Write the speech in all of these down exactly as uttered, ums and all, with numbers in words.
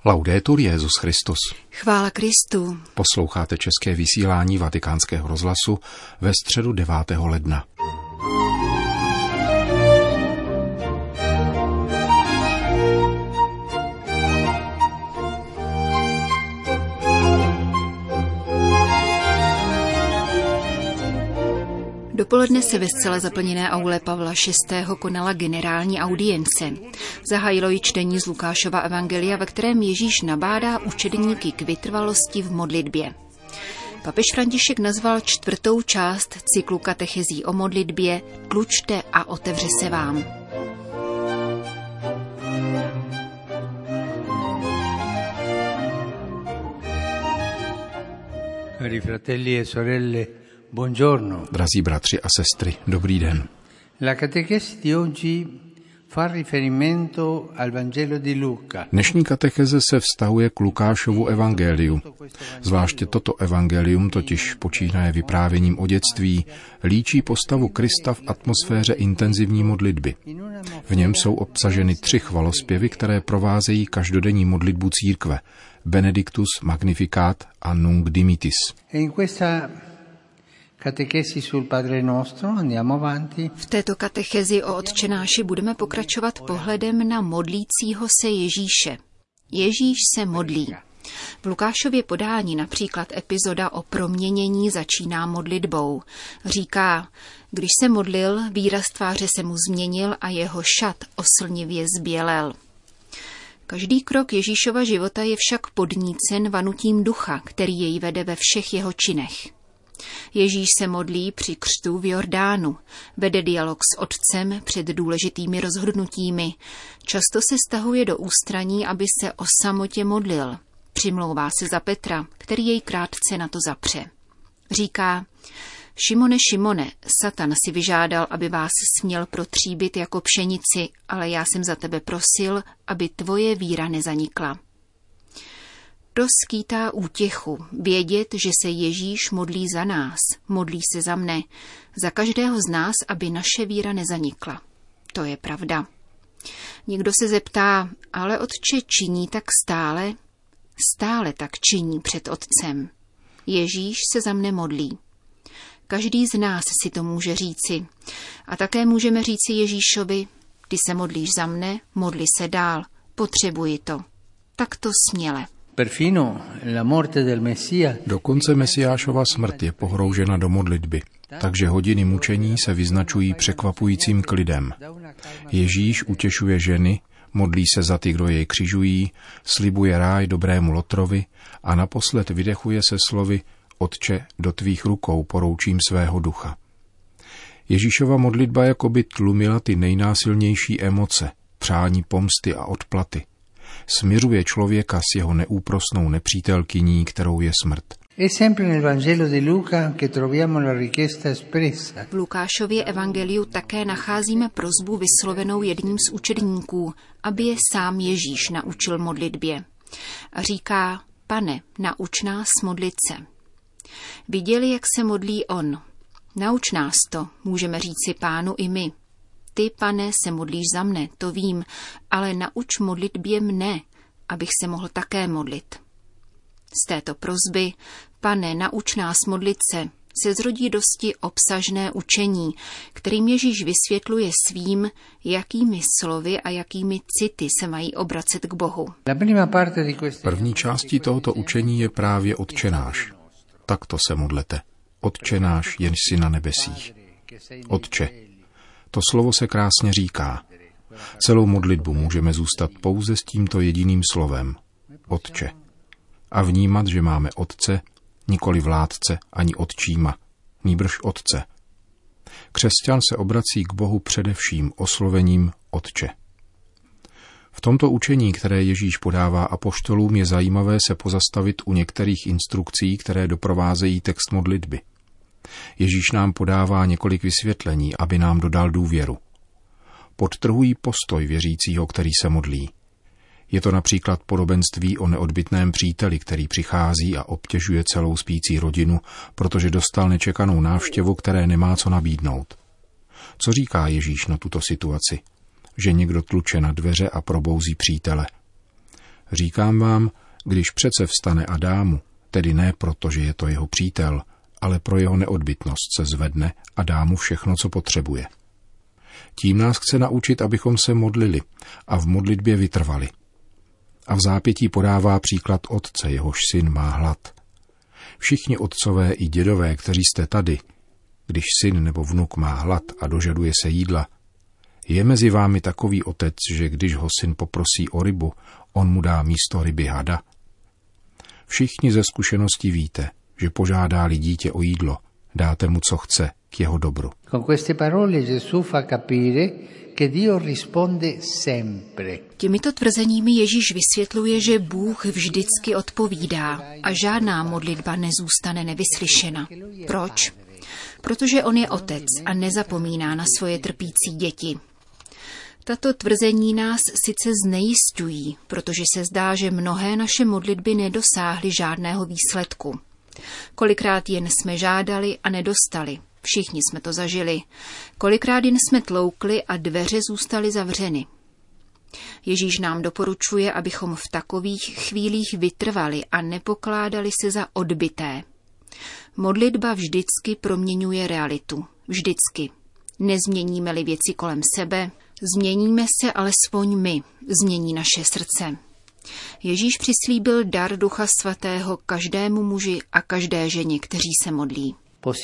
Laudetur Jesus Christus. Chvála Kristu. Posloucháte české vysílání Vatikánského rozhlasu ve středu devátého ledna. Dopoledne se ve zcela zaplněné aule Pavla šestého konala generální audience. Zahájilo ji čtení z Lukášova evangelia, ve kterém Ježíš nabádá učedníky k vytrvalosti v modlitbě. Papež František nazval čtvrtou část cyklu katechezí o modlitbě Tlučte a otevře se vám. Cari fratelli e sorelle, buongiorno. Drazí bratři a sestry, dobrý den. La catechesi di oggi fa riferimento al Vangelo di Luca. Dnešní katecheze se vztahuje k Lukášovu evangeliu. Zvláště toto evangelium totiž počínaje vyprávěním o dětství, líčí postavu Krista v atmosféře intenzivní modlitby. V něm jsou obsaženy tři chvalospěvy, které provázejí každodenní modlitbu církve: Benedictus, Magnificat a Nunc Dimittis. V této katechezi o Otčenáši budeme pokračovat pohledem na modlícího se Ježíše. Ježíš se modlí. V Lukášově podání například epizoda o proměnění začíná modlitbou. Říká, když se modlil, výraz tváře se mu změnil a jeho šat oslnivě zbělel. Každý krok Ježíšova života je však podnícen vanutím ducha, který jej vede ve všech jeho činech. Ježíš se modlí při křtu v Jordánu, vede dialog s Otcem před důležitými rozhodnutími, často se stahuje do ústraní, aby se o samotě modlil. Přimlouvá se za Petra, který jej krátce na to zapře. Říká: Šimone, Šimone, Satan si vyžádal, aby vás směl protříbit jako pšenici, ale já jsem za tebe prosil, aby tvoje víra nezanikla. To skýtá útěchu, vědět, že se Ježíš modlí za nás, modlí se za mne, za každého z nás, aby naše víra nezanikla. To je pravda. Někdo se zeptá, ale Otče, činí tak stále? Stále tak činí před Otcem. Ježíš se za mne modlí. Každý z nás si to může říci. A také můžeme říci Ježíšovi: ty se modlíš za mne, modli se dál, potřebuji to. Tak to směle. Dokonce Mesiášova smrt je pohroužena do modlitby, takže hodiny mučení se vyznačují překvapujícím klidem. Ježíš utěšuje ženy, modlí se za ty, kdo jej křižují, slibuje ráj dobrému Lotrovi a naposled vydechuje se slovy: Otče, do tvých rukou poroučím svého ducha. Ježíšova modlitba jakoby tlumila ty nejnásilnější emoce, přání pomsty a odplaty. Smiřuje člověka s jeho neúprosnou nepřítelkyní, kterou je smrt. V Lukášově evangeliu také nacházíme prosbu vyslovenou jedním z učedníků, aby je sám Ježíš naučil modlitbě. A říká: Pane, nauč nás modlit se. Viděli, jak se modlí on. Nauč nás to, můžeme říci Pánu i my. Ty, Pane, se modlíš za mne, to vím, ale nauč modlitbě mne, abych se mohl také modlit. Z této prosby, Pane, nauč nás modlit se, se zrodí dosti obsažné učení, kterým Ježíš vysvětluje svým, jakými slovy a jakými city se mají obracet k Bohu. První částí tohoto učení je právě Otčenáš. Takto se modlete. Otčenáš, jenž jsi na nebesích. Otče. To slovo se krásně říká. Celou modlitbu můžeme zůstat pouze s tímto jediným slovem. Otče. A vnímat, že máme Otce, nikoli vládce ani otčíma, nýbrž Otce. Křesťan se obrací k Bohu především oslovením Otče. V tomto učení, které Ježíš podává apoštolům, je zajímavé se pozastavit u některých instrukcí, které doprovázejí text modlitby. Ježíš nám podává několik vysvětlení, aby nám dodal důvěru. Podtrhují postoj věřícího, který se modlí. Je to například podobenství o neodbytném příteli, který přichází a obtěžuje celou spící rodinu, protože dostal nečekanou návštěvu, které nemá co nabídnout. Co říká Ježíš na tuto situaci? Že někdo tluče na dveře a probouzí přítele. Říkám vám, když přece vstane a dá mu, tedy ne proto, že je to jeho přítel, ale pro jeho neodbytnost se zvedne a dá mu všechno, co potřebuje. Tím nás chce naučit, abychom se modlili a v modlitbě vytrvali. A v zápětí podává příklad otce, jehož syn má hlad. Všichni otcové i dědové, kteří jste tady, když syn nebo vnuk má hlad a dožaduje se jídla, je mezi vámi takový otec, že když ho syn poprosí o rybu, on mu dá místo ryby hada? Všichni ze zkušeností víte, že požádá-li dítě o jídlo, dáte mu, co chce, k jeho dobru. Con queste parole Gesù fa capire che Dio risponde sempre. Těmito tvrzeními Ježíš vysvětluje, že Bůh vždycky odpovídá a žádná modlitba nezůstane nevyslyšena. Proč? Protože on je otec a nezapomíná na svoje trpící děti. Tato tvrzení nás sice znejisťují, protože se zdá, že mnohé naše modlitby nedosáhly žádného výsledku. Kolikrát jen jsme žádali a nedostali. Všichni jsme to zažili. Kolikrát jen jsme tloukli a dveře zůstaly zavřeny. Ježíš nám doporučuje, abychom v takových chvílích vytrvali a nepokládali se za odbyté. Modlitba vždycky proměňuje realitu. Vždycky. Nezměníme-li věci kolem sebe, změníme se alespoň my, změní naše srdce. Ježíš přislíbil dar Ducha Svatého každému muži a každé ženě, kteří se modlí.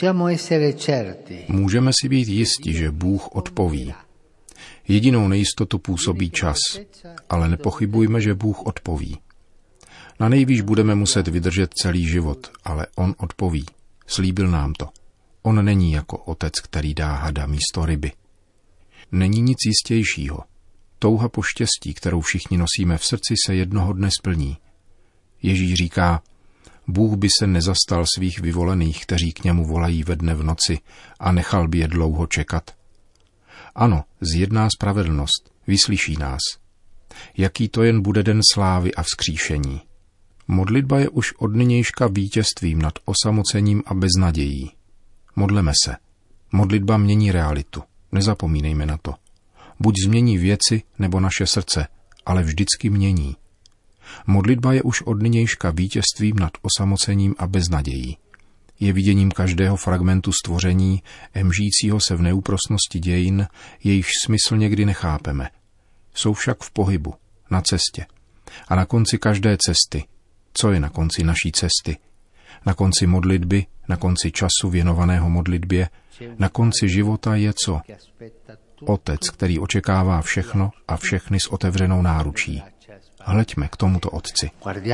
Můžeme si být jisti, že Bůh odpoví. Jedinou nejistotu působí čas, ale nepochybujme, že Bůh odpoví. Na nejvýš budeme muset vydržet celý život, ale on odpoví. Slíbil nám to. On není jako otec, který dá hada místo ryby. Není nic jistějšího. Touha po štěstí, kterou všichni nosíme v srdci, se jednoho dne splní. Ježíš říká, Bůh by se nezastal svých vyvolených, kteří k němu volají ve dne v noci a nechal by je dlouho čekat. Ano, zjedná spravedlnost, vyslyší nás. Jaký to jen bude den slávy a vzkříšení. Modlitba je už od nynějška vítězstvím nad osamocením a beznadějí. Modleme se. Modlitba mění realitu. Nezapomínejme na to. Buď změní věci nebo naše srdce, ale vždycky mění. Modlitba je už od nynějška vítězstvím nad osamocením a beznadějí. Je viděním každého fragmentu stvoření, emžícího se v neúprosnosti dějin, jejichž smysl někdy nechápeme. Jsou však v pohybu, na cestě. A na konci každé cesty, co je na konci naší cesty? Na konci modlitby, na konci času věnovaného modlitbě, na konci života je co? Otec, který očekává všechno a všechny s otevřenou náručí. Hleďme k tomuto otci.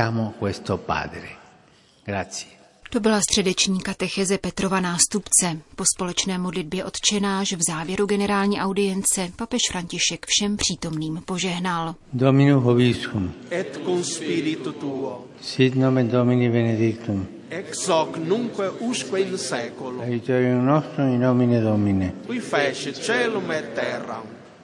To byla středeční katecheze Petrova nástupce. Po společné modlitbě Otčenáš v závěru generální audience papež František všem přítomným požehnal. Dominus vobiscum. Et cum spiritu tuo. Sit nomen Domini benedictum. Ex hoc nunque usque in seculum. Aiuterium nostrum in nomine Domini. Qui fece celum et terram.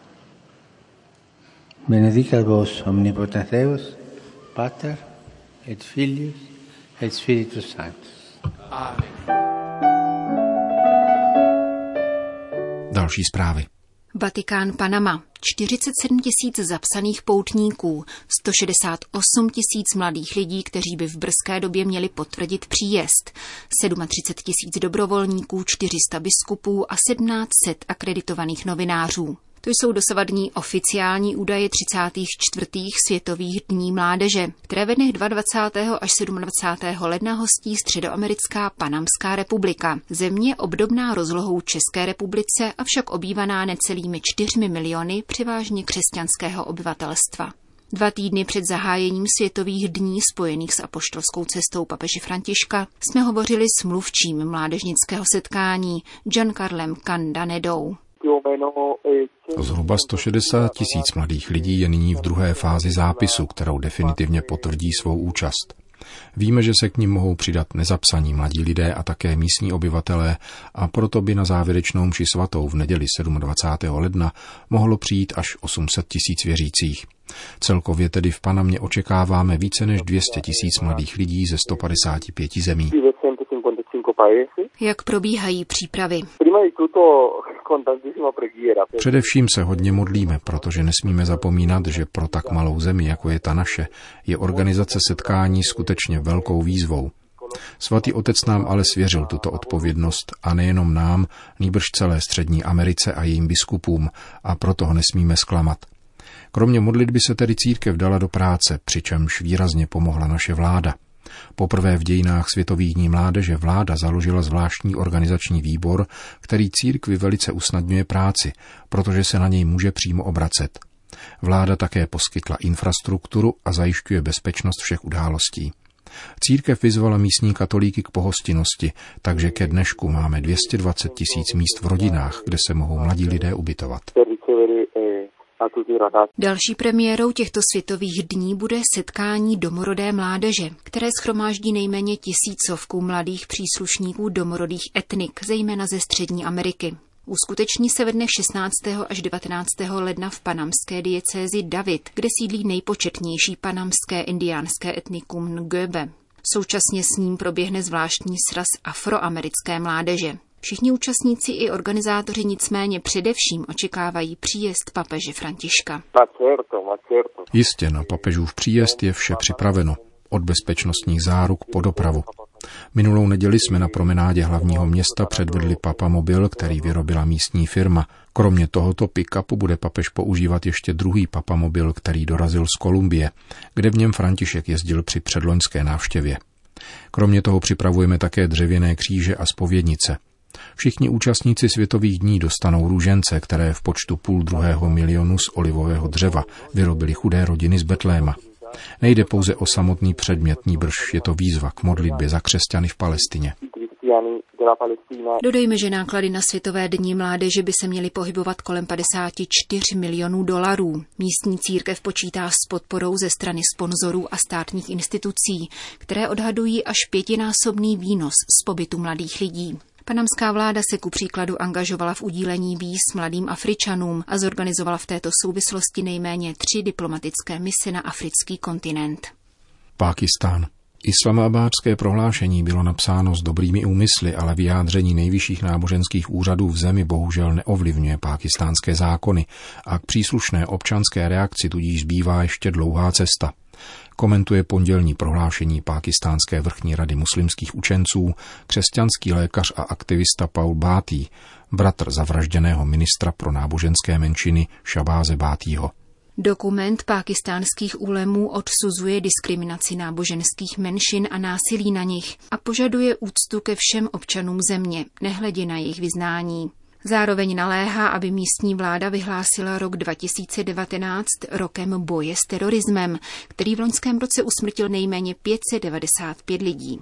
Benedicat vos omnipotens Deus, Pater et Filius et Spiritus Sanctus. Amen. Další zprávy. Vatikán, Panama. čtyřicet sedm tisíc zapsaných poutníků, sto šedesát osm tisíc mladých lidí, kteří by v brzké době měli potvrdit příjezd, třicet sedm tisíc dobrovolníků, čtyři sta biskupů a sedmnáct set akreditovaných novinářů. To jsou dosavadní oficiální údaje třicátých čtvrtých světových dní mládeže, které ve dnech dvacátého až dvacátého sedmého ledna hostí Středoamerická Panamská republika, země obdobná rozlohou České republice, avšak obývaná necelými čtyřmi miliony převážně křesťanského obyvatelstva. Dva týdny před zahájením světových dní spojených s apoštolskou cestou papeže Františka jsme hovořili s mluvčím mládežnického setkání Giancarlem Candanedou. Zhruba sto šedesát tisíc mladých lidí je nyní v druhé fázi zápisu, kterou definitivně potvrdí svou účast. Víme, že se k nim mohou přidat nezapsaní mladí lidé a také místní obyvatelé a proto by na závěrečnou mši svatou v neděli dvacátého sedmého ledna mohlo přijít až osm set tisíc věřících. Celkově tedy v Panamě očekáváme více než dvě stě tisíc mladých lidí ze sto padesáti pěti zemí. Jak probíhají přípravy? Především se hodně modlíme, protože nesmíme zapomínat, že pro tak malou zemi, jako je ta naše, je organizace setkání skutečně velkou výzvou. Svatý otec nám ale svěřil tuto odpovědnost a nejenom nám, nýbrž celé Střední Americe a jejím biskupům, a proto ho nesmíme zklamat. Kromě modlitby se tedy církev dala do práce, přičemž výrazně pomohla naše vláda. Poprvé v dějinách Světových dní mládeže vláda založila zvláštní organizační výbor, který církvi velice usnadňuje práci, protože se na něj může přímo obracet. Vláda také poskytla infrastrukturu a zajišťuje bezpečnost všech událostí. Církev vyzvala místní katolíky k pohostinnosti, takže ke dnešku máme dvě stě dvacet tisíc míst v rodinách, kde se mohou mladí lidé ubytovat. Další premiérou těchto světových dní bude setkání domorodé mládeže, které shromáždí nejméně tisícovku mladých příslušníků domorodých etnik, zejména ze Střední Ameriky. Uskuteční se ve dnech šestnáctého až devatenáctého ledna v panamské diecézi David, kde sídlí nejpočetnější panamské indiánské etnikum Ngöbe. Současně s ním proběhne zvláštní sraz afroamerické mládeže. Všichni účastníci i organizátoři nicméně především očekávají příjezd papeže Františka. Jistě, na papežův příjezd je vše připraveno. Od bezpečnostních záruk po dopravu. Minulou neděli jsme na promenádě hlavního města předvedli papamobil, který vyrobila místní firma. Kromě tohoto pick-upu bude papež používat ještě druhý papamobil, který dorazil z Kolumbie, kde v něm František jezdil při předloňské návštěvě. Kromě toho připravujeme také dřevěné kříže a zpovědnice. Všichni účastníci Světových dní dostanou růžence, které v počtu půl druhého milionu z olivového dřeva vyrobili chudé rodiny z Betléma. Nejde pouze o samotný předmět, nýbrž je to výzva k modlitbě za křesťany v Palestině. Dodejme, že náklady na Světové dní mládeže by se měly pohybovat kolem padesát čtyři milionů dolarů. Místní církev počítá s podporou ze strany sponzorů a státních institucí, které odhadují až pětinásobný výnos z pobytu mladých lidí. Panamská vláda se ku příkladu angažovala v udílení víz mladým Afričanům a zorganizovala v této souvislosti nejméně tři diplomatické mise na africký kontinent. Pákistán. Islamabádské prohlášení bylo napsáno s dobrými úmysly, ale vyjádření nejvyšších náboženských úřadů v zemi bohužel neovlivňuje pákistánské zákony a k příslušné občanské reakci tudíž zbývá ještě dlouhá cesta. Komentuje pondělní prohlášení Pákistánské vrchní rady muslimských učenců křesťanský lékař a aktivista Paul Bhatí, bratr zavražděného ministra pro náboženské menšiny Shahbáze Bhattího. Dokument pákistánských úlemů odsuzuje diskriminaci náboženských menšin a násilí na nich a požaduje úctu ke všem občanům země, nehledě na jejich vyznání. Zároveň naléhá, aby místní vláda vyhlásila rok dva tisíce devatenáct rokem boje s terorismem, který v loňském roce usmrtil nejméně pět set devadesát pět lidí.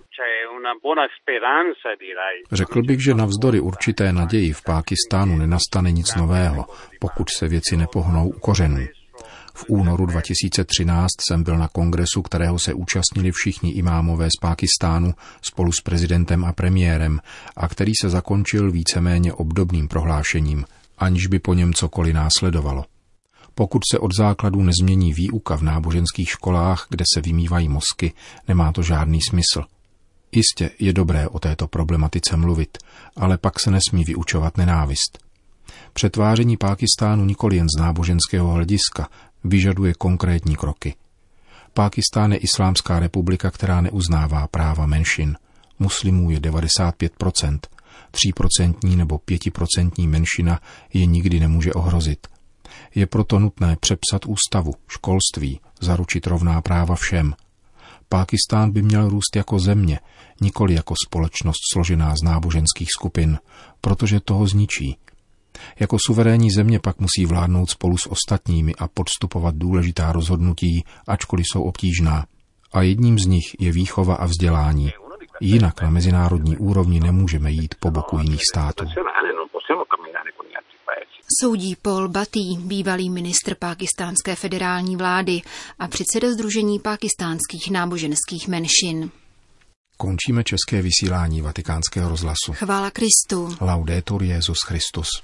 Řekl bych, že navzdory určité naději v Pákistánu nenastane nic nového, pokud se věci nepohnou u kořenů. V únoru dva tisíce třináct jsem byl na kongresu, kterého se účastnili všichni imámové z Pákistánu spolu s prezidentem a premiérem a který se zakončil víceméně obdobným prohlášením, aniž by po něm cokoliv následovalo. Pokud se od základu nezmění výuka v náboženských školách, kde se vymývají mozky, nemá to žádný smysl. Jistě je dobré o této problematice mluvit, ale pak se nesmí vyučovat nenávist. Přetváření Pákistánu nikoli jen z náboženského hlediska vyžaduje konkrétní kroky. Pákistán je islámská republika, která neuznává práva menšin. Muslimů je devadesát pět procent. Tříprocentní nebo pětiprocentní menšina je nikdy nemůže ohrozit. Je proto nutné přepsat ústavu, školství, zaručit rovná práva všem. Pákistán by měl růst jako země, nikoli jako společnost složená z náboženských skupin, protože toho zničí. Jako suverénní země pak musí vládnout spolu s ostatními a podstupovat důležitá rozhodnutí, ačkoliv jsou obtížná. A jedním z nich je výchova a vzdělání. Jinak na mezinárodní úrovni nemůžeme jít po boku jiných států. Soudí Paul Bhatí, bývalý ministr pákistánské federální vlády a předseda Sdružení pákistánských náboženských menšin. Končíme české vysílání Vatikánského rozhlasu. Chvála Kristu. Laudetur Jesus Christus.